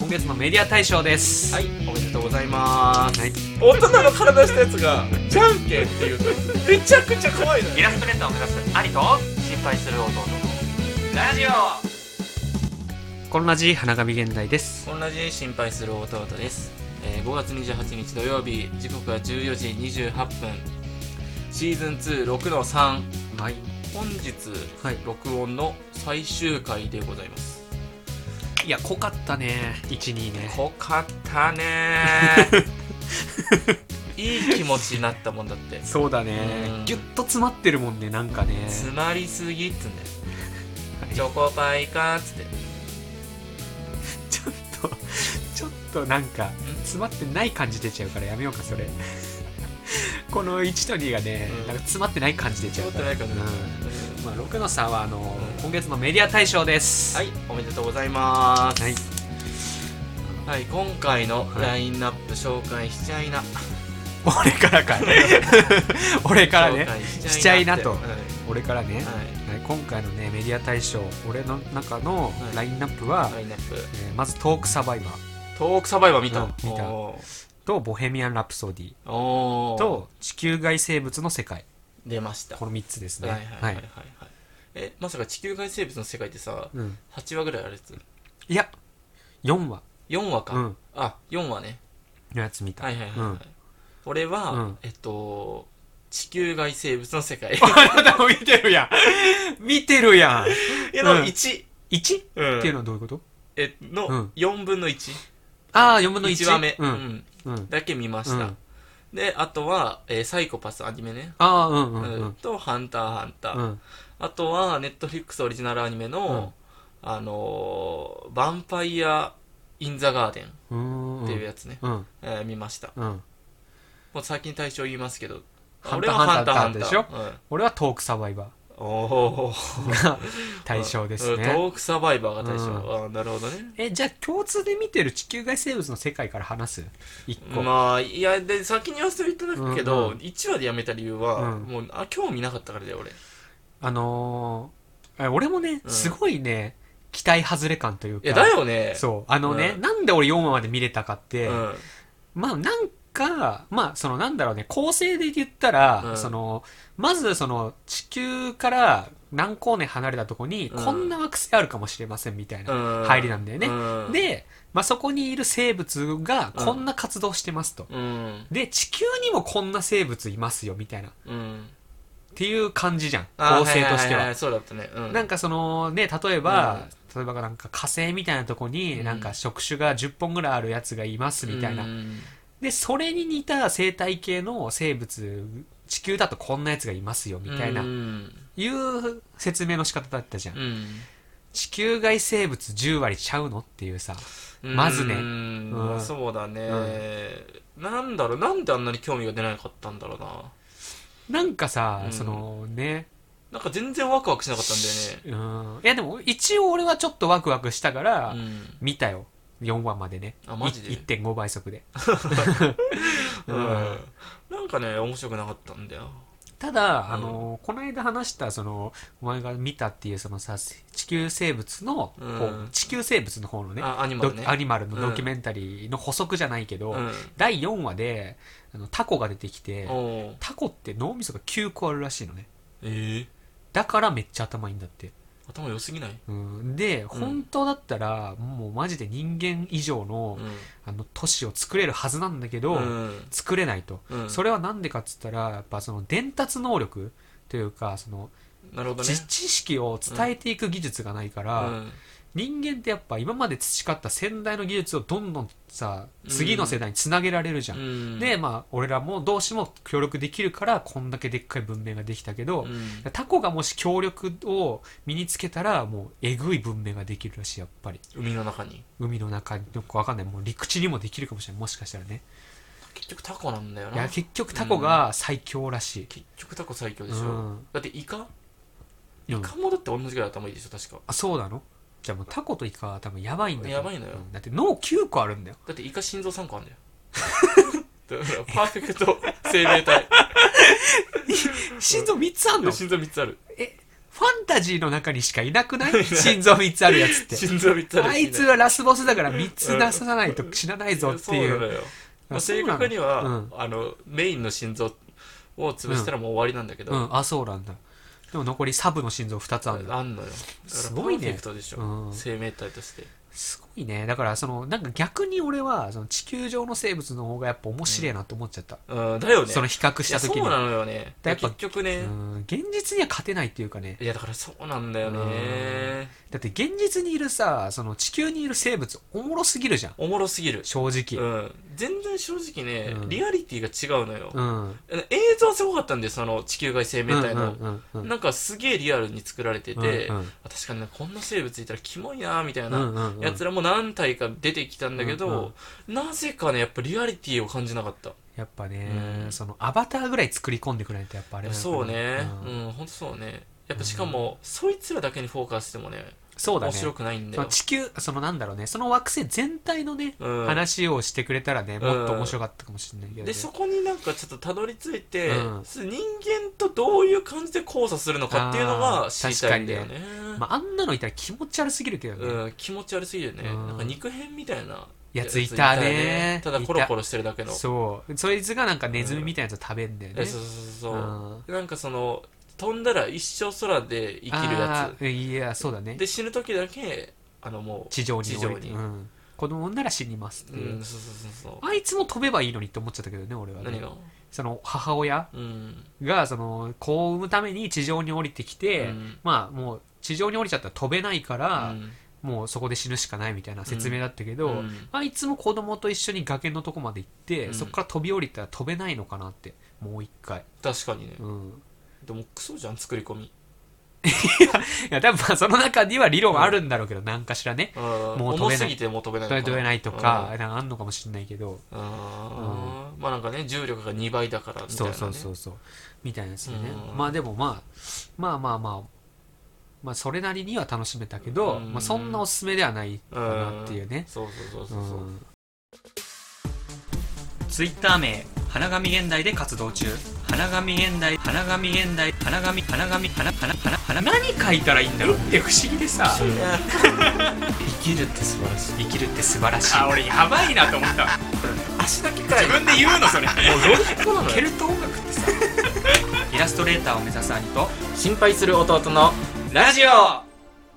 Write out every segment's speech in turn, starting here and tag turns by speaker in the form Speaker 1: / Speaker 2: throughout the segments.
Speaker 1: 今月のメディア大賞です。
Speaker 2: はい、おめでとうございます、
Speaker 1: はい、
Speaker 2: 大人の体したやつがじゃんけんっていうとめちゃくちゃ怖いのよ。
Speaker 3: イラストレーターを目指す兄と心配する弟のラジオ。
Speaker 1: こんなじ花神現代です。
Speaker 2: 同じ心配する弟です、5月28日土曜日、時刻は14時28分、シーズン2 6-3、
Speaker 1: はい、
Speaker 2: 本日、
Speaker 1: はい、
Speaker 2: 録音の最終回でございます。
Speaker 1: いや濃かったね、1、2ね。
Speaker 2: 濃かったねいい気持ちになったもんだって。
Speaker 1: そうだね、ギュッと詰まってるもんね、なんかね。
Speaker 2: 詰まりすぎっつんだよ、
Speaker 1: はい、
Speaker 2: チョコパイかっつって
Speaker 1: ちょっとなんか詰まってない感じ出ちゃうからやめようかそれこの1と2がね、なんか詰まってない感じ出ちゃうから。
Speaker 2: 詰まってない感
Speaker 1: じ、まあ、6の3は今月のメディア大賞です。
Speaker 2: はい、おめでとうございます。
Speaker 1: はい、
Speaker 2: はい、今回のラインナップ紹介しちゃいな、
Speaker 1: 俺からか俺からね、しちゃいなと、
Speaker 2: はい、
Speaker 1: 俺からね、
Speaker 2: はい、
Speaker 1: 今回のねメディア大賞、俺の中のラインナップは、
Speaker 2: ラインナップ、
Speaker 1: まずトークサバイバー、
Speaker 2: トークサバイバー見た、
Speaker 1: 見たとボヘミアン・ラプソディと地球外生物の世界、
Speaker 2: 出ました。
Speaker 1: この3つですね。
Speaker 2: はいはいはいはい、はい、まさか地球外生物の世界ってさ、8話ぐらいあるやつ？
Speaker 1: いや4話
Speaker 2: か、あ、4話ね
Speaker 1: のやつ見た。
Speaker 2: はいはいはい、はい、俺は、地球外生物の世界
Speaker 1: あなたも見てるやん見てるやん。
Speaker 2: の 1？
Speaker 1: 1？ っていうのはどういうこと？
Speaker 2: の4分の1。
Speaker 1: ああ、4分の 1
Speaker 2: 話目、だけ見ました、で、あとは、サイコパスアニメね、とハンターハンター、あとはネットフリックスオリジナルアニメの、ヴァンパイア・イン・ザ・ガーデンっていうやつね、見ました。もう先に対象言いますけど、俺はハンターハンターでしょ。
Speaker 1: 俺はトークサバイバーが対象ですね。
Speaker 2: トークサバイバーが対象、なるほどね。
Speaker 1: じゃあ共通で見てる地球外生物の世界から話す1個。
Speaker 2: まあいや、で先に言わせていただくけど、1話でやめた理由は、もう興味なかったからだよ俺。
Speaker 1: 俺もね、すごいね期待外れ感というか。
Speaker 2: いやだよね。
Speaker 1: そうなんで俺4話まで見れたかって、まあなんかまあなんだろうね、構成で言ったら、まず地球から何光年離れたとこにこんな惑星あるかもしれませんみたいな入りなんだよね。で、まあ、そこにいる生物がこんな活動してますと、で地球にもこんな生物いますよみたいな、っていう感じじゃん、構成としては。
Speaker 2: そうだったね。
Speaker 1: なんかね、例えばなんか火星みたいなとこになんか触手が10本ぐらいあるやつがいますみたいな、でそれに似た生態系の生物、地球だとこんなやつがいますよみたいな、いう説明の仕方だったじゃん。地球外生物10割ちゃうのっていうさ、まずね。
Speaker 2: そうだね、なんだろう、なんであんなに興味が出なかったんだろうな。
Speaker 1: なんかさ、ね、
Speaker 2: なんか全然ワクワクしなかったんだ
Speaker 1: よね。いやでも一応俺はちょっとワクワクしたから見たよ、4話までね。
Speaker 2: マジで
Speaker 1: 1.5 倍速で
Speaker 2: なんかね面白くなかったんだよ。
Speaker 1: ただ、この間話したお前が見たっていうさ、地球生物の方、地球生物の方のね、アニマルのドキュメンタリーの補足じゃないけど、第4話でタコが出てきて、タコって脳みそが9個あるらしいのね。だからめっちゃ頭いいんだって。
Speaker 2: 頭良すぎない？
Speaker 1: で、本当だったらもうマジで人間以上の、都市を作れるはずなんだけど、作れないと、それはなんでかっつったら、やっぱ伝達能力というか
Speaker 2: なるほどね、
Speaker 1: 知識を伝えていく技術がないから、人間ってやっぱ今まで培った先代の技術をどんどんさ次の世代につなげられるじゃん、でまあ俺らも同士も協力できるからこんだけでっかい文明ができたけど、タコがもし協力を身につけたらもうえぐい文明ができるらしい。やっぱり海の中によくわかんない、もう陸地にもできるかもしれない、もしかしたらね。
Speaker 2: 結局タコなんだよな。
Speaker 1: いや結局タコが最強らしい、
Speaker 2: 結局タコ最強でしょ、だってイカもだって同じぐらい頭いいでしょ確か。
Speaker 1: あ、そうなの？じゃあもうタコとイカは多分やばいんだよ。
Speaker 2: やばいのよ、
Speaker 1: だって脳9個あるんだよ。
Speaker 2: だってイカ心臓3個あるんだよだからパーフェクト生命体
Speaker 1: 心臓3つあんの？
Speaker 2: 心臓3つある。
Speaker 1: ファンタジーの中にしかいなくない？心臓3つあるやつって。
Speaker 2: 心臓3つある、
Speaker 1: あいつはラスボスだから3つ出さないと死なないぞっていう。
Speaker 2: そうなのよ。まあ、正確には、メインの心臓を潰したらもう終わりなんだけど。
Speaker 1: あ、そうなんだ。でも残りサブの心臓2つあるんだ。
Speaker 2: あんのよ。
Speaker 1: すごいね。
Speaker 2: パーフェクトでしょ。生命体として。
Speaker 1: すごいね。だからなんか逆に俺はその地球上の生物の方がやっぱ面白いなと思っちゃった。
Speaker 2: だよね。
Speaker 1: その比較した時に。
Speaker 2: そうなのよね。
Speaker 1: やっぱ
Speaker 2: 結局ね、
Speaker 1: 現実には勝てないっていうかね。
Speaker 2: いやだからそうなんだよね。
Speaker 1: だって現実にいるさ、その地球にいる生物おもろすぎるじゃん。
Speaker 2: おもろすぎる。
Speaker 1: 正直。
Speaker 2: 全然正直ね、リアリティが違うのよ。映像すごかったんだよ、その地球外生命体の。なんかすげえリアルに作られてて、確かにこんな生物いたらキモいなーみたいなやつらも何体か出てきたんだけど、なぜかね、やっぱリアリティを感じなかった。
Speaker 1: やっぱね、そのアバターぐらい作り込んでくれないとやっぱあれなんだ
Speaker 2: そうね。ほんとそうね。やっぱしかも、そいつらだけにフォーカスしてもね、
Speaker 1: そうだね、
Speaker 2: 面白くないんだよ。
Speaker 1: その地球、なんだろうね、その惑星全体のね、話をしてくれたらね、もっと面白かったかもしれないけど、ね、
Speaker 2: でそこになんかちょっとたどり着いて、人間とどういう感じで交差するのかっていうのが知りたいんだよね。
Speaker 1: あんなのいたら気持ち悪すぎるけどね。
Speaker 2: 気持ち悪すぎるね。なんか肉片みたいな
Speaker 1: やついたね。
Speaker 2: ただコロコロしてるだけの。
Speaker 1: そいつがなんかネズミみたいなやつを食べんだよね。
Speaker 2: そうなんか飛んだら一生空で生きるやつ。
Speaker 1: いや、そうだね。
Speaker 2: で死ぬ時だけもう
Speaker 1: 地上に子供なら死にますっていう。あいつも飛べばいいのにって思っちゃったけどね、俺はね。
Speaker 2: 何が？
Speaker 1: その母親が子を産むために地上に降りてきて、まあもう地上に降りちゃったら飛べないから、もうそこで死ぬしかないみたいな説明だったけど、あいつも子供と一緒に崖のとこまで行って、そこから飛び降りたら飛べないのかなって、もう一回。
Speaker 2: 確かにね。でもクソじゃん、作り込み。
Speaker 1: いや多分その中には理論あるんだろうけど、何かしらね、
Speaker 2: もう飛べない、重すぎてもう飛べない
Speaker 1: 飛べないとか、なんかあんのかもしれないけど、
Speaker 2: まあなんかね、重力が2倍だからみたいな、ね、
Speaker 1: そうみたいなですよね。まあでもまあそれなりには楽しめたけど、そんなおすすめではないかなっていうね。
Speaker 2: そう
Speaker 1: ツイッター名花神現代で活動中。花神現代何書いたらいいんだろうって不思議でさ。
Speaker 2: 生きるって素晴らしい。
Speaker 1: 俺やばいなと思った。
Speaker 2: 足だけかい。
Speaker 1: 自分で言うのそれ。
Speaker 2: もう
Speaker 1: ケルト音楽ってさ。イラストレーターを目指す兄と
Speaker 2: 心配する弟の
Speaker 1: ラジオ。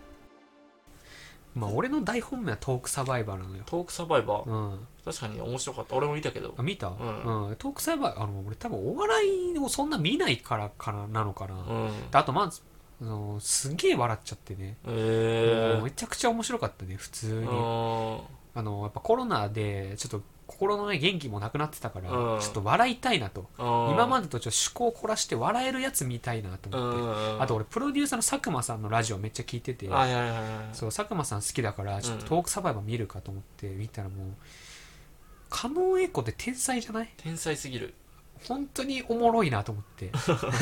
Speaker 1: まあ俺の大本命はトークサバイバーなのよ。
Speaker 2: トークサバイバー、確かに面白かった。俺も見たけど。
Speaker 1: 見た？トークサバイバー、俺多分お笑いをそんな見ないからなのかな。あとまずすげえ笑っちゃってね。めちゃくちゃ面白かったね、普通に。やっぱコロナでちょっと心のね元気もなくなってたから、ちょっと笑いたいなと。今までとちょっと趣向を凝らして笑えるやつ見たいなと思って。あと俺プロデューサーの佐久間さんのラジオめっちゃ聞いてて、そう佐久間さん好きだからちょっとトークサバイバー見るかと思って見たら、もう狩野英孝って天才じゃない？天
Speaker 2: 才すぎる。
Speaker 1: 本当におもろいなと思って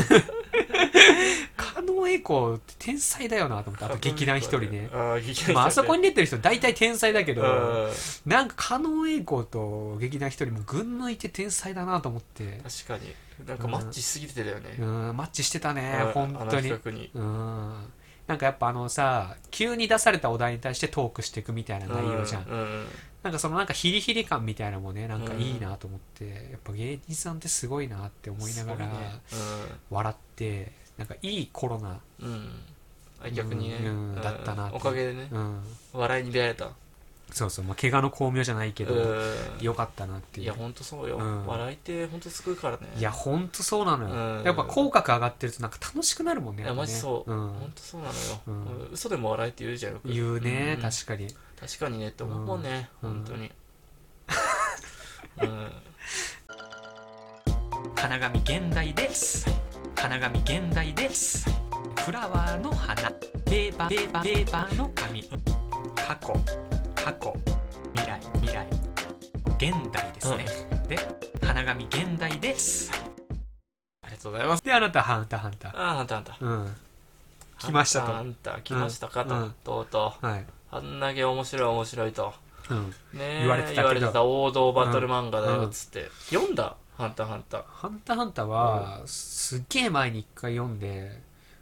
Speaker 1: 狩野英孝って天才だよなと思って。あと劇団一人ね。あそこに出てる人大体天才だけど、なんか狩野英孝と劇団一人も群抜いて天才だなと思って。
Speaker 2: 確かになんかマッチしすぎてたよね。
Speaker 1: マッチしてたね、本当に。なんかやっぱさ、急に出されたお題に対してトークしていくみたいな内容じゃん。なんかなんかヒリヒリ感みたいなのもね、なんかいいなと思って、やっぱ芸人さんってすごいなって思いながら笑って、なんかいいコロナ、
Speaker 2: 逆にね、
Speaker 1: だったなって。
Speaker 2: おかげでね、笑いに出会えた。
Speaker 1: そうそう、怪我の巧妙じゃないけどよかったなっていう。
Speaker 2: いや本当そうよ、笑いって本当救うからね。
Speaker 1: いや本当そうなのよ、やっぱ口角上がってるとなんか楽しくなるもんね。
Speaker 2: いやマジそう、本当そうなのよ、嘘でも笑いって言うじゃん。
Speaker 1: 言うね、確かに
Speaker 2: 確かにねって思うもんね、本当に。
Speaker 1: 花神現代です。花神現代です。フラワーの花、ペーパーの紙、過去未来現代ですね、で花神現代です。
Speaker 2: ありがとうございます。
Speaker 1: であなたハンターハンター。
Speaker 2: ハンター、
Speaker 1: 来ましたと。
Speaker 2: ハンター来ましたかと、とうとう、あんだけ面白いと、ね、
Speaker 1: 言われてた
Speaker 2: 王道バトル漫画だよっつって、読んだハンターハンター。
Speaker 1: ハンターハンターはすっげえ前に一回読んで、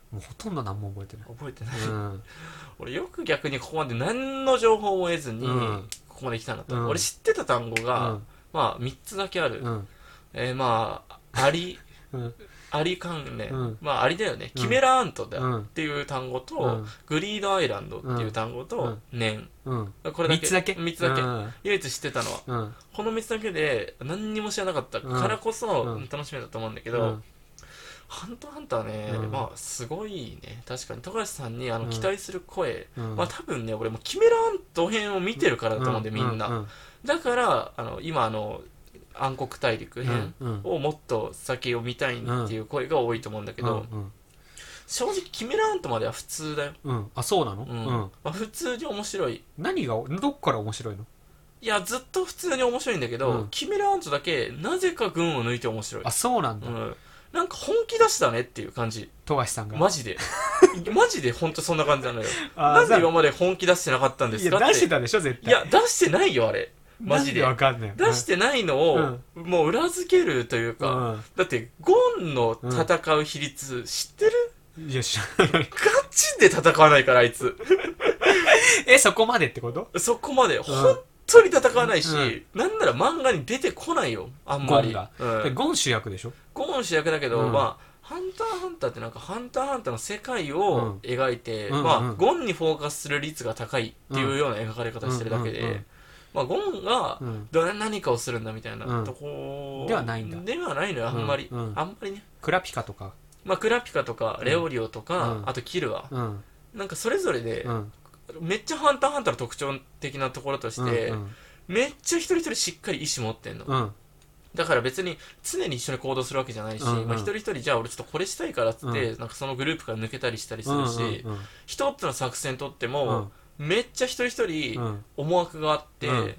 Speaker 1: もうほとんど何も覚えてない。
Speaker 2: 覚えてない、俺よく逆にここまで何の情報も得ずにここまで来たんだと、俺知ってた単語が、まあ3つだけある、まあアリアリ関連、まあアリだよね、キメラアントだっていう単語と、グリードアイランドっていう単語と、年、これだけ3つだけ、唯一知ってたのは、この3つだけで何にも知らなかったからこそ楽しめたと思うんだけど、ハンターハンターね、まあすごいね。確かに高橋さんに期待する声、まあ多分ね、俺もキメラアント編を見てるからだと思うんで、みんな。だから今暗黒大陸編をもっと先を見たいっていう声が多いと思うんだけど、正直キメラアントまでは普通だよ。
Speaker 1: あ、そうなの？
Speaker 2: まあ普通に面白い。
Speaker 1: どっから面白いの？
Speaker 2: いや、ずっと普通に面白いんだけど、キメラアントだけなぜか群を抜いて面白い。
Speaker 1: あ、そうなんだ。
Speaker 2: なんか本気出したねっていう感じ。
Speaker 1: 富樫さんが
Speaker 2: マジでマジで本当そんな感じなのよ。なんで今まで本気出してなかったんですかって。
Speaker 1: いや出してたでしょ絶対。
Speaker 2: いや出してないよあれ。マジで
Speaker 1: わかんない。
Speaker 2: 出してないのを、もう裏付けるというか、だってゴンの戦う比率知ってる？
Speaker 1: いや知らない。ガ
Speaker 2: チで戦わないからあいつ
Speaker 1: そこまでってこと？
Speaker 2: そこまで本当に戦わないし、なんなら漫画に出てこないよ、あんまり。
Speaker 1: ゴン主役でしょ？
Speaker 2: ゴン主役だけど、まあハンターハンターってなんかハンターハンターの世界を描いて、まあゴンにフォーカスする率が高いっていうような描かれ方してるだけで、まあゴンが何かをするんだみたいなとこ
Speaker 1: ではないんだ。
Speaker 2: ではないのよ、あんまりね。
Speaker 1: クラピカとか、
Speaker 2: まあクラピカとかレオリオとか、あとキルア、なんかそれぞれでめっちゃハンターハンターの特徴的なところとして、めっちゃ一人一人しっかり意志持ってんの、だから別に常に一緒に行動するわけじゃないし、まあ一人一人じゃあ俺ちょっとこれしたいからっつって、なんかそのグループから抜けたりしたりするし、一つの作戦とっても、めっちゃ一人一人思惑があって、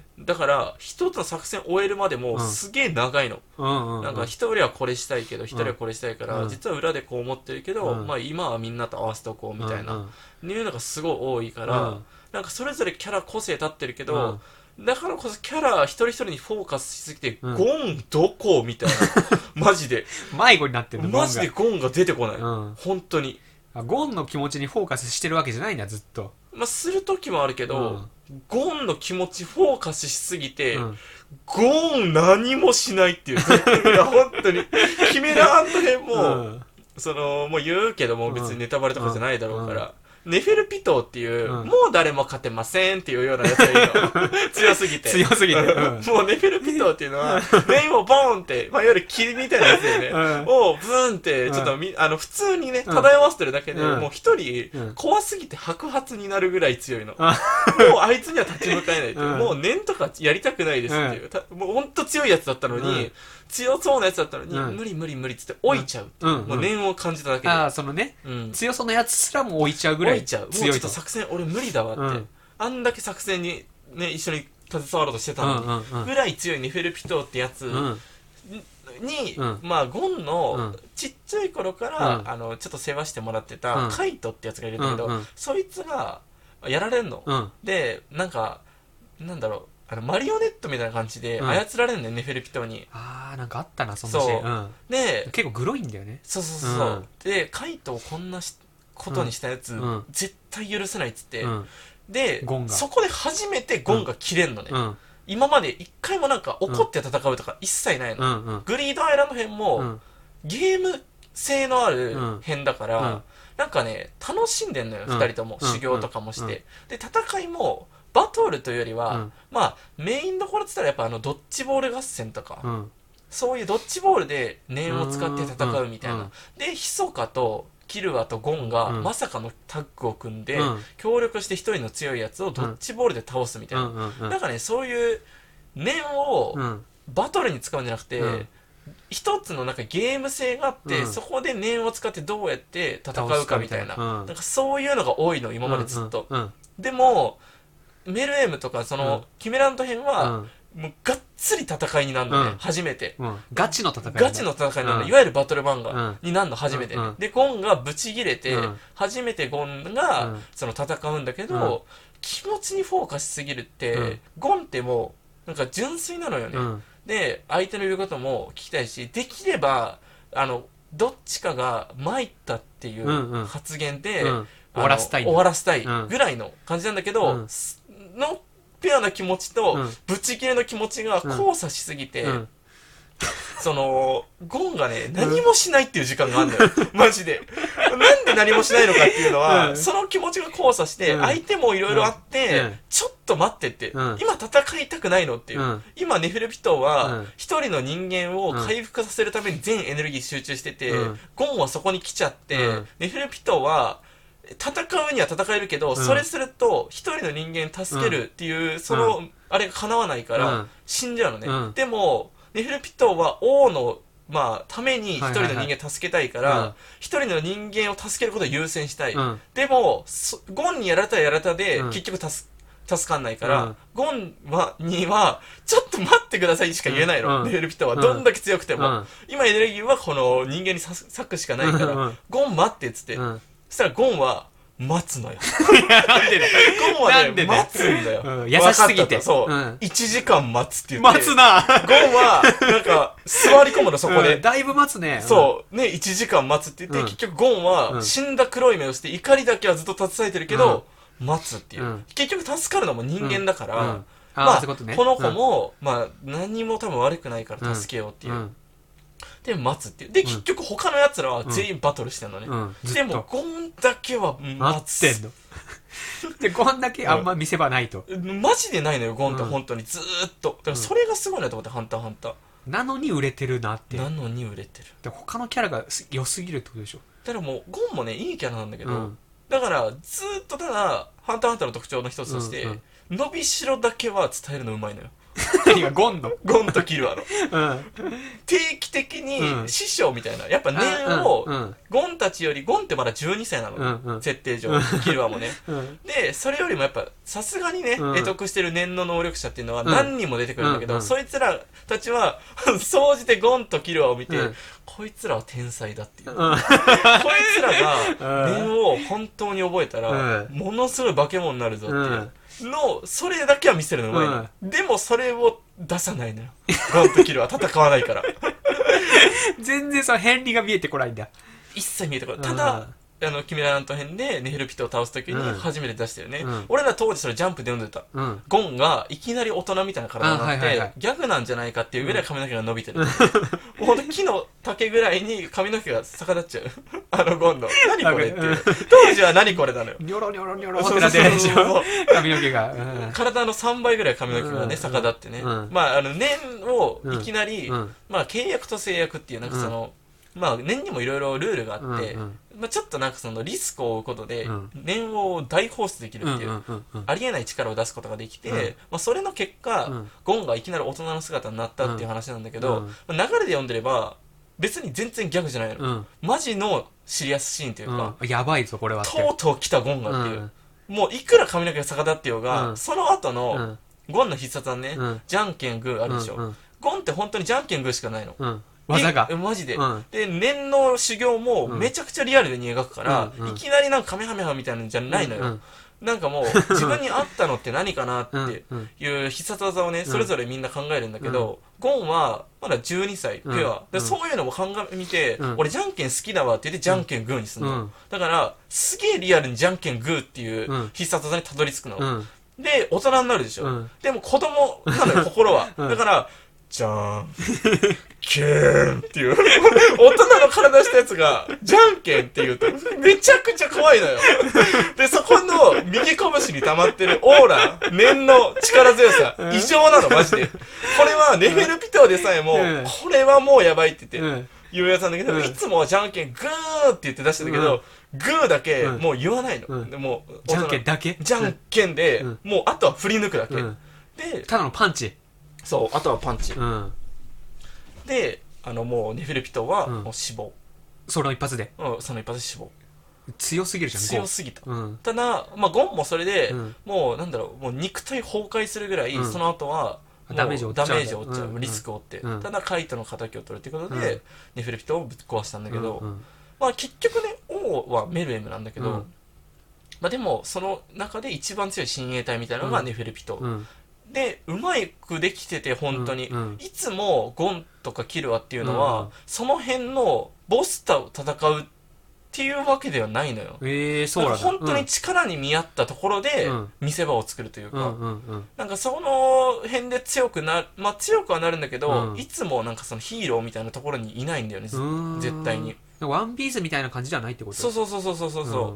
Speaker 2: だから一つの作戦終えるまでもすげえ長いの、なんか一人はこれしたいけど一人はこれしたいから、実は裏でこう思ってるけど、まあ今はみんなと合わせておこうみたいな、いうのがすごい多いから、なんかそれぞれキャラ個性立ってるけど、だからこそキャラ一人一人にフォーカスしすぎて、ゴンどこみたいなマジで
Speaker 1: 迷子になってるの。
Speaker 2: マジでゴンが出てこない、本当に。
Speaker 1: ゴンの気持ちにフォーカスしてるわけじゃないんだ、ずっと。
Speaker 2: まあする時もあるけど、ゴンの気持ちフォーカスしすぎて、ゴン何もしないっていう。いや本当にキメラアント編も、もう言うけども別にネタバレとかじゃないだろうから、ネフェルピトーっていう、もう誰も勝てませんっていうようなやつがいるの。強すぎて。
Speaker 1: 強すぎて。
Speaker 2: もうネフェルピトーっていうのは、面をボーンって、まあいわゆる霧みたいなやつでね、をブーンって、ちょっと普通にね、漂わせてるだけで、もう一人、怖すぎて白髪になるぐらい強いの。もうあいつには立ち向かえないっていう。もう念とかやりたくないですっていう。もうほんと強いやつだったのに、強そうなやつだったのに、無理無理無理っつって置いちゃう。もう念を感じただけで。
Speaker 1: ああ、そのね、強そうなやつすらも置いちゃうぐらい。
Speaker 2: もうちょっと作戦俺無理だわって、あんだけ作戦にね一緒に携わろうとしてたのに、ぐらい強いネフェルピトーってやつに、まあゴンのちっちゃい頃から、ちょっと世話してもらってたカイトってやつがいるんだけど、そいつがやられんの、でなんかなんだろう、マリオネットみたいな感じで操られるんだよ、ネフェルピトーに。
Speaker 1: ああ、なんかあったな、そのシーン。で、結構グロいんだよね。
Speaker 2: そうそうそう。で、カイトをこんなことにしたやつ、絶対許せないっつって。で、そこで初めてゴンが切れんのね。今まで一回もなんか怒って戦うとか一切ないの。グリードアイランド編も、ゲーム性のある編だから、なんかね、楽しんでんのよ、二人とも。修行とかもして。で、戦いも、バトルというよりは、まあメインどころって言ったらやっぱドッジボール合戦とか、そういうドッジボールで念を使って戦うみたいな。で、ヒソカとキルアとゴンがまさかのタッグを組んで、協力して一人の強いやつをドッジボールで倒すみたいな。なんかね、そういう念をバトルに使うんじゃなくて、一つのなんかゲーム性があって、そこで念を使ってどうやって戦うかみたいな、なんかそういうのが多いの、今までずっと。でもメルエムとかキメラント編は、もうがっつり戦いになるのね、初めて。
Speaker 1: ガチの戦い。
Speaker 2: ガチの戦いなの、いわゆるバトル漫画になるの初めて。で、ゴンがブチギレて、初めてゴンが戦うんだけど、気持ちにフォーカスしすぎるって、ゴンってもう、なんか純粋なのよね。で、相手の言うことも聞きたいし、できれば、 どっちかが参ったっていう発言で、終
Speaker 1: わらせたい
Speaker 2: ぐらいの感じなんだけど、のピュアな気持ちとブチ切れの気持ちが交差しすぎて、そのゴンがね何もしないっていう時間があるんだよマジで。なんで何もしないのかっていうのは、その気持ちが交差して相手もいろいろあって、ちょっと待ってって、今戦いたくないのっていう、今ネフェルピトは一人の人間を回復させるために全エネルギー集中してて、ゴンはそこに来ちゃって、ネフェルピトは戦うには戦えるけど、それすると一人の人間助けるっていう、そのあれが叶わないから死んじゃうのね。でもネフェルピトは王のために一人の人間を助けたいから、一人の人間を助けることを優先したい。でも、ゴンにやられたらやられたで、結局助かんないから、ゴンには、ちょっと待ってくださいしか言えないの。ネフェルピトは。どんだけ強くても。今エネルギーはこの人間に割くしかないから、ゴン待ってっつって。そしたらゴンは、待つのよ。
Speaker 1: なんで
Speaker 2: ゴンはね、待つんだよ。
Speaker 1: 優しすぎて。
Speaker 2: そう。1時間待つって言って。
Speaker 1: 待つな
Speaker 2: ゴンは、なんか、座り込むの、そこで。
Speaker 1: だいぶ待つね。
Speaker 2: そう。ね、1時間待つって言って、結局ゴンは、死んだ黒い目をして、怒りだけはずっと携えてるけど、待つっていう。結局助かるのも人間だから、この子も、何も多分悪くないから助けようっていう。で待つっていう。で結局他のやつらは全員バトルしてんのね、でもゴンだけは待ってんの
Speaker 1: でゴンだけあんま見せ場ないと、
Speaker 2: マジでないのよゴンって本当にずーっと。だからそれがすごいなと思って、ハンターハンター
Speaker 1: なのに売れてるなって。
Speaker 2: なのに売れてる。
Speaker 1: で他のキャラが良すぎるってことでしょ。
Speaker 2: だからもうゴンもねいいキャラなんだけど、だからずーっとただハンターハンターの特徴の一つとして、伸びしろだけは伝えるのうまいのよ。
Speaker 1: 何がゴン
Speaker 2: とキルアの、定期的に師匠みたいな、やっぱ念を、ゴンたちより、ゴンってまだ12歳なの、設定上、キルアもね、でそれよりもやっぱさすがにね、得得してる念の能力者っていうのは何人も出てくるんだけど、そいつらたちは総じてゴンとキルアを見て、こいつらは天才だっていう、こいつらが念を本当に覚えたらものすごい化け物になるぞっていうの、それだけは見せるのうまいの、でもそれを出さないのよゴンとキルは戦わないから
Speaker 1: 全然その片鱗が見えてこないんだ。
Speaker 2: 一切見えてこない。ただキミララント編でネフェルピトを倒すときに初めて出したよね、俺ら当時それジャンプで読んでた、ゴンがいきなり大人みたいな体になってギャグなんじゃないかっていうぐらい髪の毛が伸びてる、ほんと木の丈ぐらいに髪の毛が逆立っちゃうゴンの何これって当時は何これなのよ、
Speaker 1: ニョロニョロニョロってなってるでしょ髪の毛が、
Speaker 2: 体の3倍ぐらい髪の毛がね逆立ってね、念をいきなり契約と制約っていうなんかその念にもいろいろルールがあって、ちょっとなんかそのリスクを負うことで念を大放出できるっていうありえない力を出すことができて、それの結果ゴンがいきなり大人の姿になったっていう話なんだけど、流れで読んでれば別に全然ギャグじゃないの、マジのシリアスシーンというか、
Speaker 1: やばいぞこれは
Speaker 2: とうとう来たゴンがっていう、もういくら髪の毛が逆立ってようが、その後のゴンの必殺はね、じゃんけんグーあるでしょ、ゴンって本当にじゃんけんグーしかないの、
Speaker 1: 技が
Speaker 2: マジで、で念の修行もめちゃくちゃリアルに描くから、いきなりなんかカメハメハみたいなのじゃないのよ、なんかもう自分に合ったのって何かなっていう必殺技をねそれぞれみんな考えるんだけど、ゴンはまだ12歳ピュアで、そういうのも鑑みて、俺じゃんけん好きだわって言ってじゃんけんグーにするの、だからすげえリアルにじゃんけんグーっていう必殺技にたどり着くの、で大人になるでしょ、でも子供なのよ心は、だからじゃーんけーんっていう大人の体したやつがじゃんけんって言うとめちゃくちゃ怖いのよでそこの右拳に溜まってるオーラ念の力強さ異常なのマジで。これはネフェルピトーでさえもこれはもうやばいって言って言うやつなんだけど、いつもはじゃんけんグーって言って出してるけど、グーだけもう言わないの、でも
Speaker 1: じゃんけんだけ
Speaker 2: じゃんけんでもうあとは振り抜くだけ、で
Speaker 1: ただのパンチ、
Speaker 2: そうあとはパンチ、でもうネフェルピトーはもう死亡、
Speaker 1: その一発で、
Speaker 2: その一発で死亡。
Speaker 1: 強すぎるじゃん、
Speaker 2: 強すぎた、ただゴンもそれで、もうなんだろう、もう肉体崩壊するぐらい、その後はダメージを負っちゃう、リスクを負って、ただカイトの敵を取るってことで、ネフェルピトーをぶっ壊したんだけど、結局ね王はメルエムなんだけど、でもその中で一番強い親衛隊みたいなのがネフェルピトー、 でうまくできてて本当に、いつもゴンとかキルアっていうのは、その辺のボスと戦うっていうわけではないのよ。
Speaker 1: そうなんだ。
Speaker 2: 本当に力に見合ったところで見せ場を作るというか、なんかその辺で強くなる、まあ強くはなるんだけど、いつもなんかそのヒーローみたいなところにいないんだよね、絶対に。
Speaker 1: ワンピースみたいな感じじゃないってこと？
Speaker 2: そう。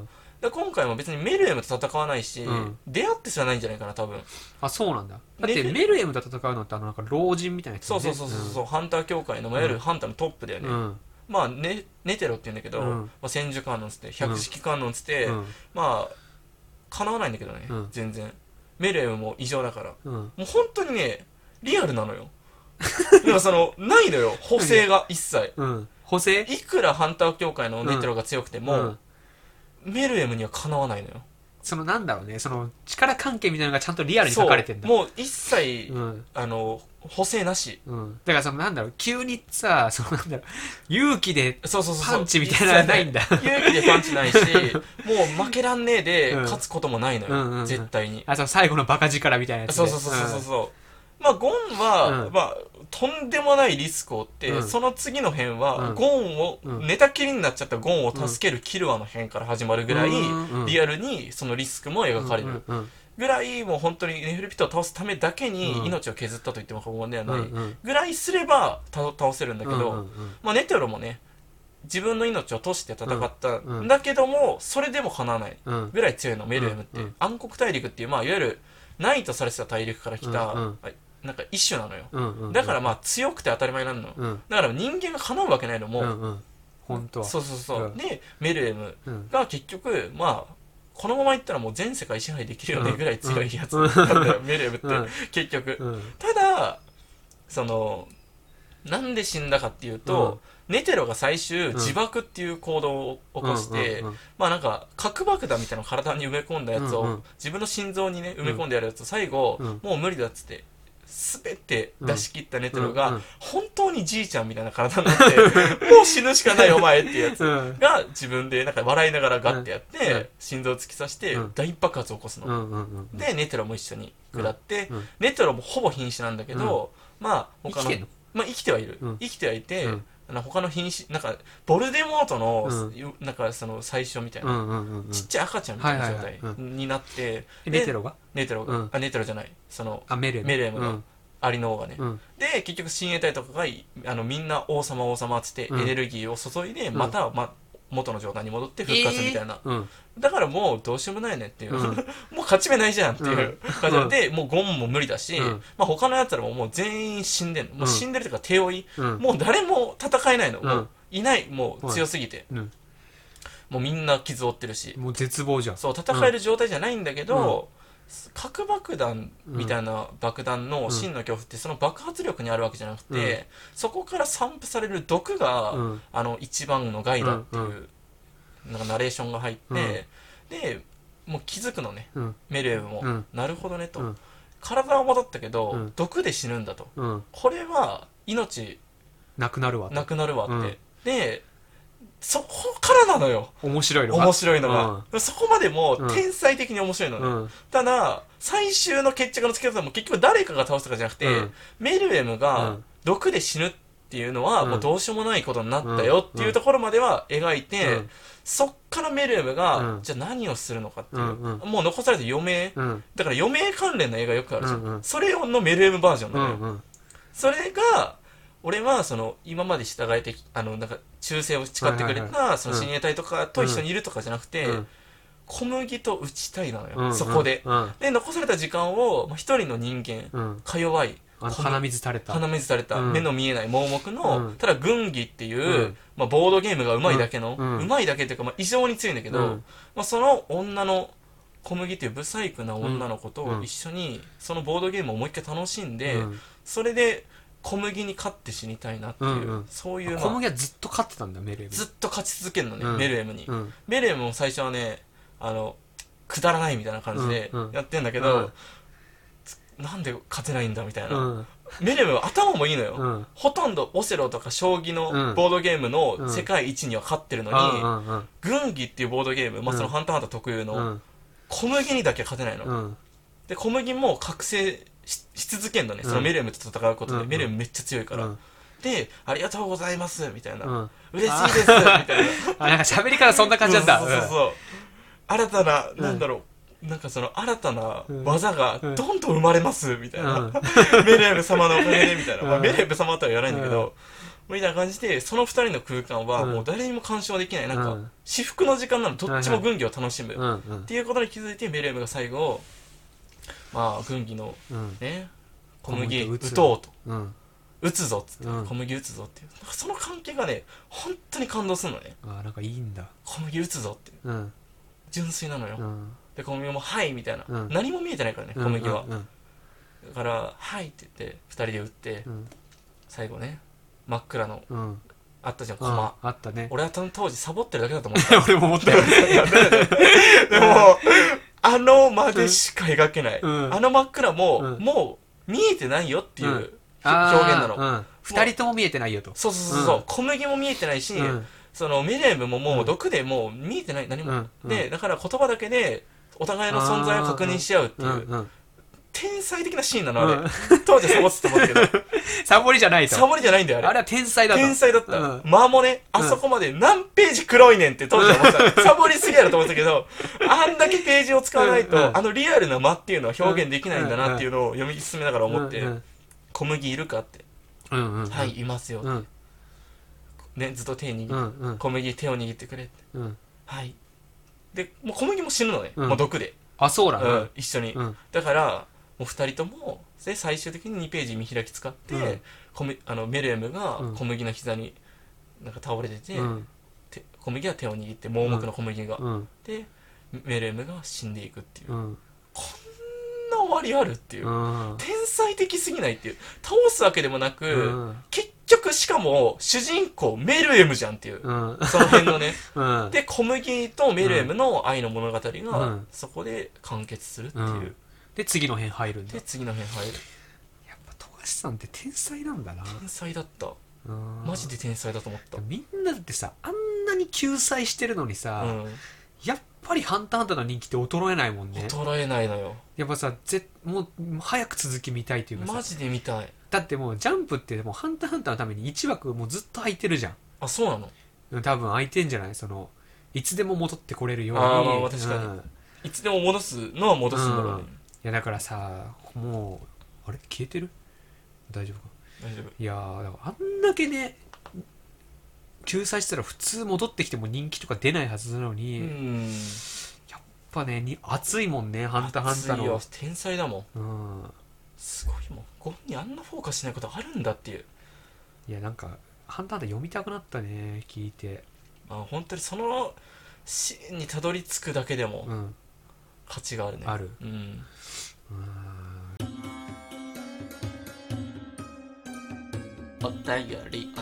Speaker 2: で今回も別にメルエムと戦わないし、出会ってすらないんじゃないかな多分。
Speaker 1: あ、そうなんだ。だってメルエムと戦うのってなんか老人みたいな人、
Speaker 2: ね、そう、ハンター協会のいわゆるハンターのトップだよね。まあネテロって言うんだけど、まあ、千手観音つって百式観音つって、まあ叶わないんだけどね、全然メルエムも異常だから、もう本当にねリアルなのよ。だからそのないのよ補正が一切、
Speaker 1: 補正
Speaker 2: いくらハンター協会のネテロが強くても、メルエムにはかなわないのよ。
Speaker 1: そのなんだろうね、その力関係みたいなのがちゃんとリアルに書かれてんだ。
Speaker 2: もう一切、補正なし、
Speaker 1: だからそのなんだろう、急にさ、そのなんだろう、勇気でパンチみたいなのはないんだ。
Speaker 2: 勇気でパンチないし、もう負けらんねえで勝つこともないのよ、絶対に。
Speaker 1: その最後のバカ力みたいなやつ
Speaker 2: で。そう。まあゴンは、まあとんでもないリスクを負って、その次の辺は、ゴンを、寝たきりになっちゃったゴンを助けるキルアの辺から始まるぐらい、リアルにそのリスクも描かれる。ぐらい、もう本当にネフェルピットを倒すためだけに命を削ったと言っても過言ではない。ぐらいすれば倒せるんだけど、まあネテロもね、自分の命を賭して戦ったんだけども、それでもかなわないぐらい強いの、メルエムって。暗黒大陸っていう、まあいわゆる、ないとされてた大陸から来た、なんか一種なのよ、だからまあ強くて当たり前なの、だから人間がかなうわけないのも、
Speaker 1: 本当は
Speaker 2: そう、でメルエムが結局まあこのままいったらもう全世界支配できるよねぐらい強いやつなんだよ、メルエムって結局、ただそのなんで死んだかっていうと、ネテロが最終自爆っていう行動を起こして、まあなんか核爆弾みたいなのを体に埋め込んだやつを、自分の心臓にね埋め込んでやるやつを最後、もう無理だっつって全て出し切ったネテロが、本当にじいちゃんみたいな体になって、もう死ぬしかないお前っていうやつが自分でなんか笑いながらガッてやって、心臓を突き刺して大爆発を起こすの。でネテロも一緒に下って、ネテロもほぼ瀕死なんだけど、まあ他のまあ生きてはいる、生きてはいて、他の瀕死なんかボルデモートの、なんかその最初みたいな、ちっちゃい赤ちゃんみたいな状態になって、
Speaker 1: ネテロが
Speaker 2: ネテロじゃない、その
Speaker 1: メルエム
Speaker 2: のアリノーがね、で結局親衛隊とかがみんな王様っつってエネルギーを注いで、また元の状態に戻って復活みたいな、だからもうどうしようもないねっていう、もう勝ち目ないじゃんっていう感じで、もうゴンも無理だし、まあ他のやつらももう全員死んでんの、もう死んでるというか手負い、もう誰も戦えないの、もういない、もう強すぎて、もうみんな傷を負ってるし、
Speaker 1: もう絶望じゃん。
Speaker 2: そう戦える状態じゃないんだけど、核爆弾みたいな爆弾の真の恐怖ってその爆発力にあるわけじゃなくて、そこから散布される毒が、一番の害だっていうなんかナレーションが入って、でもう気づくのね、メルエムも、なるほどねと、体は戻ったけど、毒で死ぬんだと、これは命
Speaker 1: なくなるわ
Speaker 2: って、でそこからなのよ
Speaker 1: 面白いの
Speaker 2: が、そこまでも天才的に面白いのね、ただ最終の決着のつけ方も結局誰かが倒すとかじゃなくて、メルエムが毒で死ぬっていうのはもうどうしようもないことになったよっていうところまでは描いて、そっからメルエムがじゃあ何をするのかっていう、もう残された余命、だから余命関連の映画よくあるじゃん、それのメルエムバージョンなのよ、それが俺はその今まで従えてなんか忠誠を誓ってくれたその親衛隊とかと一緒にいるとかじゃなくて、小麦と打ちたいなのよ、そこで、で残された時間を一人の人間、か弱い
Speaker 1: 鼻水垂れた、
Speaker 2: 目の見えない盲目の、ただ軍技っていう、ボードゲームが上手いだけの、上手いだけっていうか、異常に強いんだけど、その女の小麦っていう不細工な女の子と一緒にそのボードゲームをもう一回楽しんで、それで小麦に勝って死にたいなっていう、そういう、
Speaker 1: 小麦はずっと勝ってたんだ、メルエム
Speaker 2: ずっと勝ち続けるのね、メルエムに、メルエムも最初はねくだらないみたいな感じでやってんだけど、なんで勝てないんだみたいな、メルエムは頭もいいのよ、ほとんどオセロとか将棋のボードゲームの世界一には勝ってるのに、軍技っていうボードゲーム、そのハンターハンター特有の小麦にだけ勝てないの、で小麦も覚醒し続けんのね、そのメルエムと戦うことで、メルエムめっちゃ強いから、でありがとうございますみたいな、嬉しいですみたいな
Speaker 1: なんか喋り方そんな感じなんだ。
Speaker 2: そう新たな、なんだろう、なんかその新たな技がどんどん生まれますみたいな、メルエム様のおかげでみたいな、メルエム様とは言わないんだけど、みたいな感じで、その二人の空間はもう誰にも干渉できない、なんか至福の時間なの、どっちも軍議を楽しむっていうことに気づいて、メルエムが最後まあ軍議のね、小麦打とうと、打つぞっつって、小麦打つぞっていう、なんかその関係がね本当に感動するのね。
Speaker 1: なんかいいんだ。
Speaker 2: 小麦打つぞっていう、純粋なのよ。で小麦もはいみたいな、何も見えてないからね、小麦は。だからはいって言って2人で打って、最後ね真っ暗の、あったじゃん、コマ。
Speaker 1: あったね。
Speaker 2: 俺は当時サボってるだけだと思った
Speaker 1: 俺も思ったよ。
Speaker 2: でもあのまでしか描けない、あの真っ暗も、もう見えてないよっていう表現なの。
Speaker 1: 2人とも見えてないよと。
Speaker 2: そう小麦も見えてないし、そのメルエムももう毒でもう見えてない、何も、でだから言葉だけでお互いの存在を確認し合うっていう、天才的なシーンなのあれ、当時サボってたと思うけど
Speaker 1: サボりじゃないと。
Speaker 2: サボりじゃないんだよあれ。
Speaker 1: あれは天才だった。
Speaker 2: 天才だった。間もね、あそこまで何ページ黒いねんって当時は思ってた。サボりすぎやろと思ってたけど、あんだけページを使わないと、あのリアルな間っていうのは表現できないんだなっていうのを読み進めながら思って、小麦いるかって、はい、いますよ。ね、ずっと手握って、小麦手を握ってくれって。はい。で、もう小麦も死ぬのね、もう毒で。
Speaker 1: あ、そうなの。
Speaker 2: 一緒に。だから、もう2人ともで最終的に2ページ見開き使って、メルエムが小麦の膝になんか倒れてて、小麦は手を握って盲目の小麦が、でメルエムが死んでいくっていう、こんな終わりあるっていう、天才的すぎないっていう、倒すわけでもなく、結局しかも主人公メルエムじゃんっていう、その辺のね、で小麦とメルエムの愛の物語がそこで完結するっていう、
Speaker 1: で次の辺入るんだ。
Speaker 2: で次の辺入る。
Speaker 1: やっぱ富樫さんって天才なんだな。
Speaker 2: 天才だった。マジで天才だと思った。
Speaker 1: みんなだってさ、あんなに救済してるのにさ、やっぱりハンターハンターの人気って衰えないもんね。
Speaker 2: 衰えないのよ。
Speaker 1: やっぱさ、もう早く続き見たいっていうかさ。
Speaker 2: マジで見たい。
Speaker 1: だってもうジャンプってもうハンターハンターのために1枠もうずっと空いてるじゃん。
Speaker 2: あ、そうなの？
Speaker 1: 多分空いてんじゃない？いつでも戻ってこれるように。
Speaker 2: まあ確かに、いつでも戻すのは戻すんだろうね。
Speaker 1: いやだからさ、もうあれ消えてる？大丈夫か？
Speaker 2: 大丈夫。
Speaker 1: いやだからあんだけね救済したら普通戻ってきても人気とか出ないはずなのに、やっぱね熱いもんね、ハンターハンターの。
Speaker 2: 熱いよ、天才だもん。すごいもん。ゴンにあんなフォーカスしないことあるんだっていう。
Speaker 1: いやなんかハンターハンター読みたくなったね、聞いて。
Speaker 2: 本当にそのシーンにたどり着くだけでも価値があるね。
Speaker 1: ある。
Speaker 2: お便り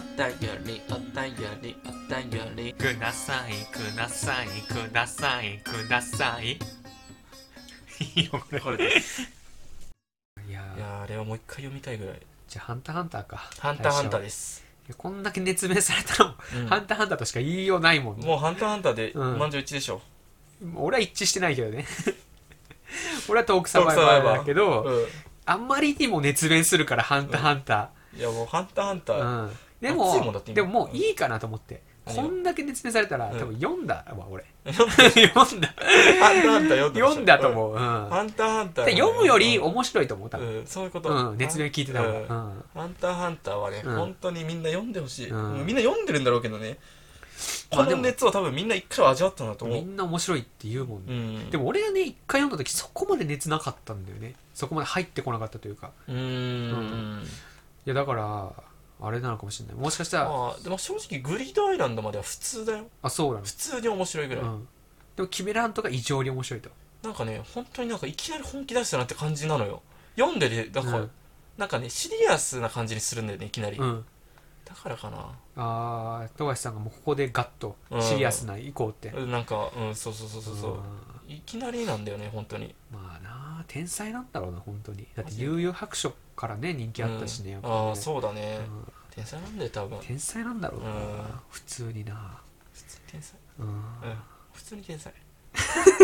Speaker 1: くださいくださいくださいください。いいよこれです。いや
Speaker 2: あれはもう一回読みたいぐらい。
Speaker 1: じゃあハンターハンターか。
Speaker 2: ハンターハンターです。
Speaker 1: こんだけ熱弁されたの、ハンターハンターとしか言いようないもんね。
Speaker 2: もうハンターハンターで満場一致でしょ。
Speaker 1: 俺は一致してないけどね。俺はトークサバイバーだけど、あんまりにも熱弁するからハンターハンター。
Speaker 2: いやもうハンターハンター、
Speaker 1: でももういいかなと思って、こんだけ熱弁されたら多分読んだわ俺。読んだ。
Speaker 2: ハンターハンター
Speaker 1: 読んだと思う。
Speaker 2: ハンターハンター
Speaker 1: 読むより面白いと思う多分。
Speaker 2: そういうこと。
Speaker 1: 熱弁聞いてた方が。
Speaker 2: ハンターハンターはね、本当にみんな読んでほしい。みんな読んでるんだろうけどね、この熱を多分みんな一回は味わったなと思う。
Speaker 1: みんな面白いって言うもんね。でも俺はね一回読んだ時そこまで熱なかったんだよね。そこまで入ってこなかったというか。いやだからあれなのかもしれない。もしかしたら
Speaker 2: でも正直グリードアイランドまでは普通だよ。
Speaker 1: あ、そうなの。
Speaker 2: 普通に面白いぐらい。
Speaker 1: でもキメラントが異常に面白いと。
Speaker 2: なんかね、本当になんかいきなり本気出したなって感じなのよ。読んでてなんかねシリアスな感じにするんだよね、いきなり。だからかな。
Speaker 1: 富樫さんがもうここでガッとシリアスな行こうって。
Speaker 2: なんかそういきなりなんだよね本当に。
Speaker 1: まあな、天才なんだろうな本当に。だって悠々白書からね人気あったしね。
Speaker 2: そうだね。天才なんだよ多分。
Speaker 1: 天才なんだろうな。普通にな。
Speaker 2: 普通に天才。普通に天才。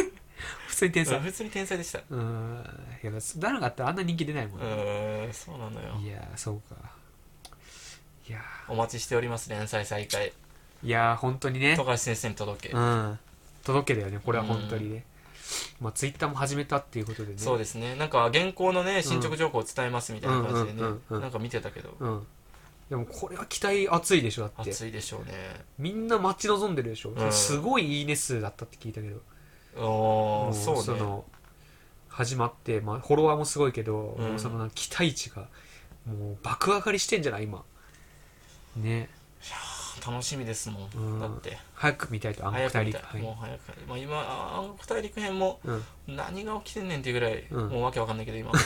Speaker 1: 普通に天才。
Speaker 2: 普通に天才でした。
Speaker 1: いや、だなかったらあんな人気出ないもん
Speaker 2: ね。そうなのよ。
Speaker 1: いや、そうか。いや、
Speaker 2: お待ちしております、連載再開。
Speaker 1: いや、本当にね。
Speaker 2: 富樫先生に届け。
Speaker 1: 届けだよね、これは本当にね。まあ、ツイッターも始めたっていうことでね。
Speaker 2: そうですね。なんか現行のね、進捗情報を伝えますみたいな感じでね、なんか見てたけど。
Speaker 1: でもこれは期待熱いでしょ、だって。
Speaker 2: 熱いでしょうね。
Speaker 1: みんな待ち望んでるでしょ。すごいいいね数だったって聞いたけど。そうね。始まって、まあ、フォロワーもすごいけど、その期待値がもう爆上がりしてんじゃない今ね。
Speaker 2: いや楽しみですもん、だって
Speaker 1: 早く見たいと。暗黒大陸
Speaker 2: 編もう早く、まあ、今暗黒大陸編も何が起きてんねんっていうぐらい、もうわけわかんないけど今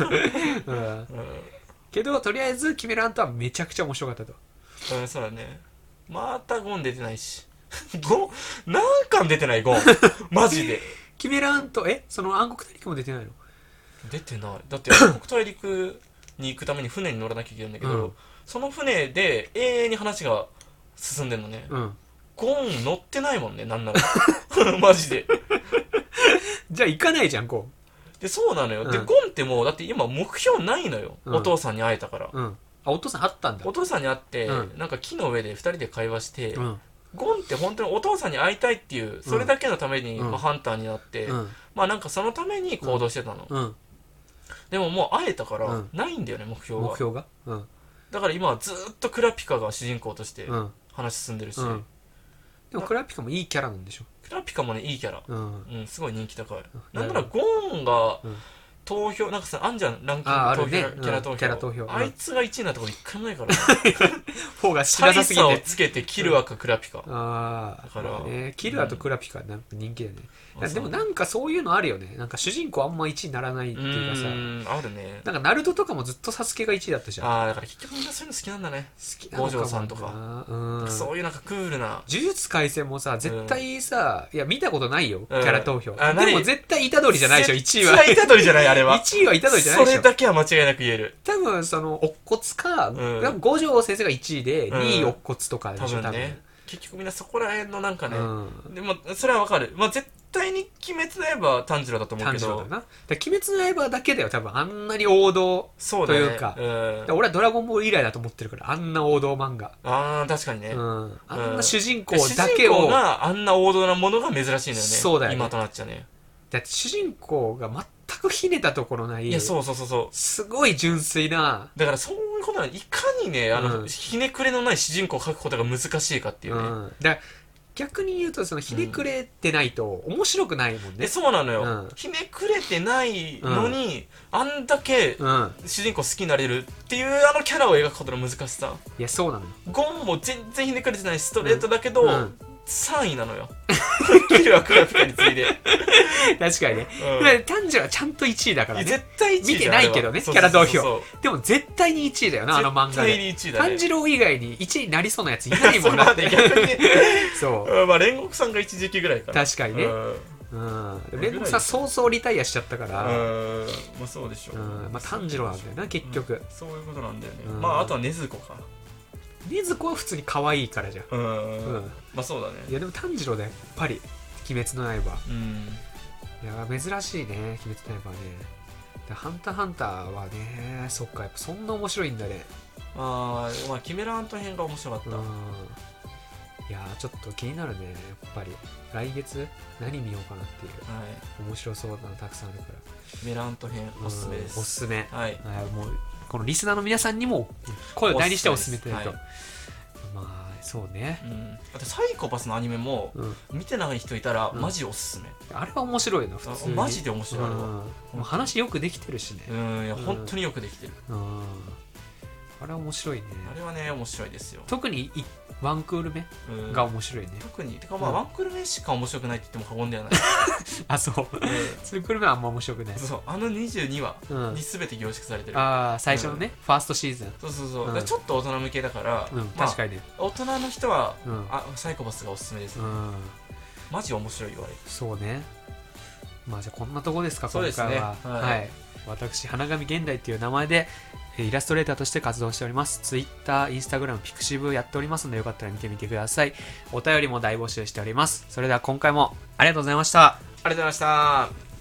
Speaker 1: けどとりあえずキメラアントはめちゃくちゃ面白かったと。
Speaker 2: そうだね。またゴン出てないしゴン何巻出てないゴンマジで
Speaker 1: キメラアントその暗黒大陸も出てないの？
Speaker 2: 出てない。だって暗黒大陸に行くために船に乗らなきゃいけないんだけど、その船で永遠に話が進んでんのね、ゴン乗ってないもんね、なんならマジで
Speaker 1: じゃあ行かないじゃん、ゴン
Speaker 2: で。そうなのよ、でゴンってもうだって今目標ないのよ、お父さんに会えたから、
Speaker 1: あ、お父さん会ったんだ。
Speaker 2: お父さんに会って、なんか木の上で2人で会話して、ゴンって本当にお父さんに会いたいっていうそれだけのために、ハンターになって、まあなんかそのために行動してたの、でももう会えたからないんだよね、目標が。だから今はずっとクラピカが主人公として話進んでるし、
Speaker 1: でもクラピカもいいキャラなんでしょ。
Speaker 2: クラピカもねいいキャラ、すごい人気高い。なんならゴンが投票なんかさあんじゃん、ランキング投票、キャラ投票、あいつが1位になったこと一回もないから
Speaker 1: フォーが知らなすぎて
Speaker 2: 大差をつけてキルアかクラピカ、だ
Speaker 1: からキルアとクラピカなんか人気だね。でもなんかそういうのあるよね。なんか主人公あんま1位にならないっていうかさ、
Speaker 2: あるね。
Speaker 1: なんかナルトとかもずっとサスケが1位だったじゃん。
Speaker 2: だから結局みんなそういうの好きなんだね。
Speaker 1: 好きなのかもな。
Speaker 2: 五条さんとか、そういうなんかクールな。
Speaker 1: 呪術廻戦もさ絶対さ、いや見たことないよ、キャラ投票。でも絶対虎杖じゃないでしょ、1位は。
Speaker 2: 絶対虎杖じゃない、あれは。
Speaker 1: 1位は虎杖じゃないでしょ。
Speaker 2: それだけは間違いなく言える。
Speaker 1: 多分その乙骨か、五条先生が1位で2位乙骨とかでしょ、多分ね。
Speaker 2: 結局みんなそこら辺のなんかね、でもそれはわかる。まあ絶対に鬼滅の刃炭治郎だと思うけど、
Speaker 1: 炭治郎だな。鬼滅の刃だけだよ多分あんなに王道というか、俺はドラゴンボール以来だと思ってるから、あんな王道漫画。
Speaker 2: 確かにね、
Speaker 1: あんな主人公だけを、
Speaker 2: 主人公があんな王道なものが珍しいんだよね。
Speaker 1: そうだよね、
Speaker 2: 今となっちゃね。
Speaker 1: だって主人公が全くひねったところない、
Speaker 2: いやそう
Speaker 1: すごい純粋な。
Speaker 2: だからそういうことは、いかにねひねくれのない主人公を描くことが難しいかっていうね、
Speaker 1: だから逆に言うとそのひねくれてないと面白くないもんね。
Speaker 2: そうなのよ、ひねくれてないのに、あんだけ主人公好きになれるっていうキャラを描くことの難しさ。
Speaker 1: いやそうなのよ。
Speaker 2: ゴンも全然ひねくれてないストレートだけど、3位なのよキルはクラピカに次いで
Speaker 1: 確かにね、炭治郎はちゃんと1位だからね。
Speaker 2: 絶対1位
Speaker 1: 見てないけどね、キャラ投票。でも絶対に1位だよな、あの漫画で。
Speaker 2: 絶対に1位だね。
Speaker 1: 炭治郎以外に1位になりそうなやついないもんなって。
Speaker 2: 逆にね
Speaker 1: そう。
Speaker 2: まあ煉獄さんが一時期ぐらいかな。
Speaker 1: 確かにね。煉獄さん早々リタイアしちゃったから、
Speaker 2: まあそうでしょう。
Speaker 1: まあ炭治郎なんだよな結局。
Speaker 2: そういうことなんだよね。まああとは禰豆子か。
Speaker 1: 禰豆子は普通に可愛いからじゃん。
Speaker 2: まあそうだね。
Speaker 1: いやでも炭治郎だよやっぱり鬼滅の刃。いや珍しいね、鬼滅の刃はね。ハンターハンターはね、そっかやっぱそんな面白いんだね。
Speaker 2: まあキメラアント編が面白かった。
Speaker 1: いやちょっと気になるね、やっぱり来月何見ようかなっていう、面白そうなのたくさんあるから。
Speaker 2: キメラアント編おすすめです。
Speaker 1: おすすめ。もう
Speaker 2: こ
Speaker 1: のリスナーの皆さんにも声を大にしておすすめというと、まあそうね。
Speaker 2: だってサイコパスのアニメも見てない人いたらマジおすすめ。
Speaker 1: あれは面白いな普通に。
Speaker 2: マジで面白い。あれは
Speaker 1: もう話よくできてるしね。
Speaker 2: いや本当によくできてる。
Speaker 1: あれは面白いね。あ
Speaker 2: れはね面白いですよ。
Speaker 1: 特にワンクール目が面白いね。
Speaker 2: 特にてかまあワンクール目しか面白くないって言っても過言ではない。
Speaker 1: あそう。ツークール目はあんま面白くない。
Speaker 2: そう22話に全て凝縮されてる。
Speaker 1: 最初のねファーストシーズン。
Speaker 2: そうちょっと大人向けだから
Speaker 1: 確かに
Speaker 2: 大人の人はサイコパスがおすすめです。マジ面白いよあれ。
Speaker 1: そうね。まあじゃあこんなとこですか今回は。はい。私花神現代っていう名前でイラストレーターとして活動しております。Twitter、Instagram、ピクシブやっておりますのでよかったら見てみてください。お便りも大募集しております。それでは今回もありがとうございました。
Speaker 2: ありがとうございました。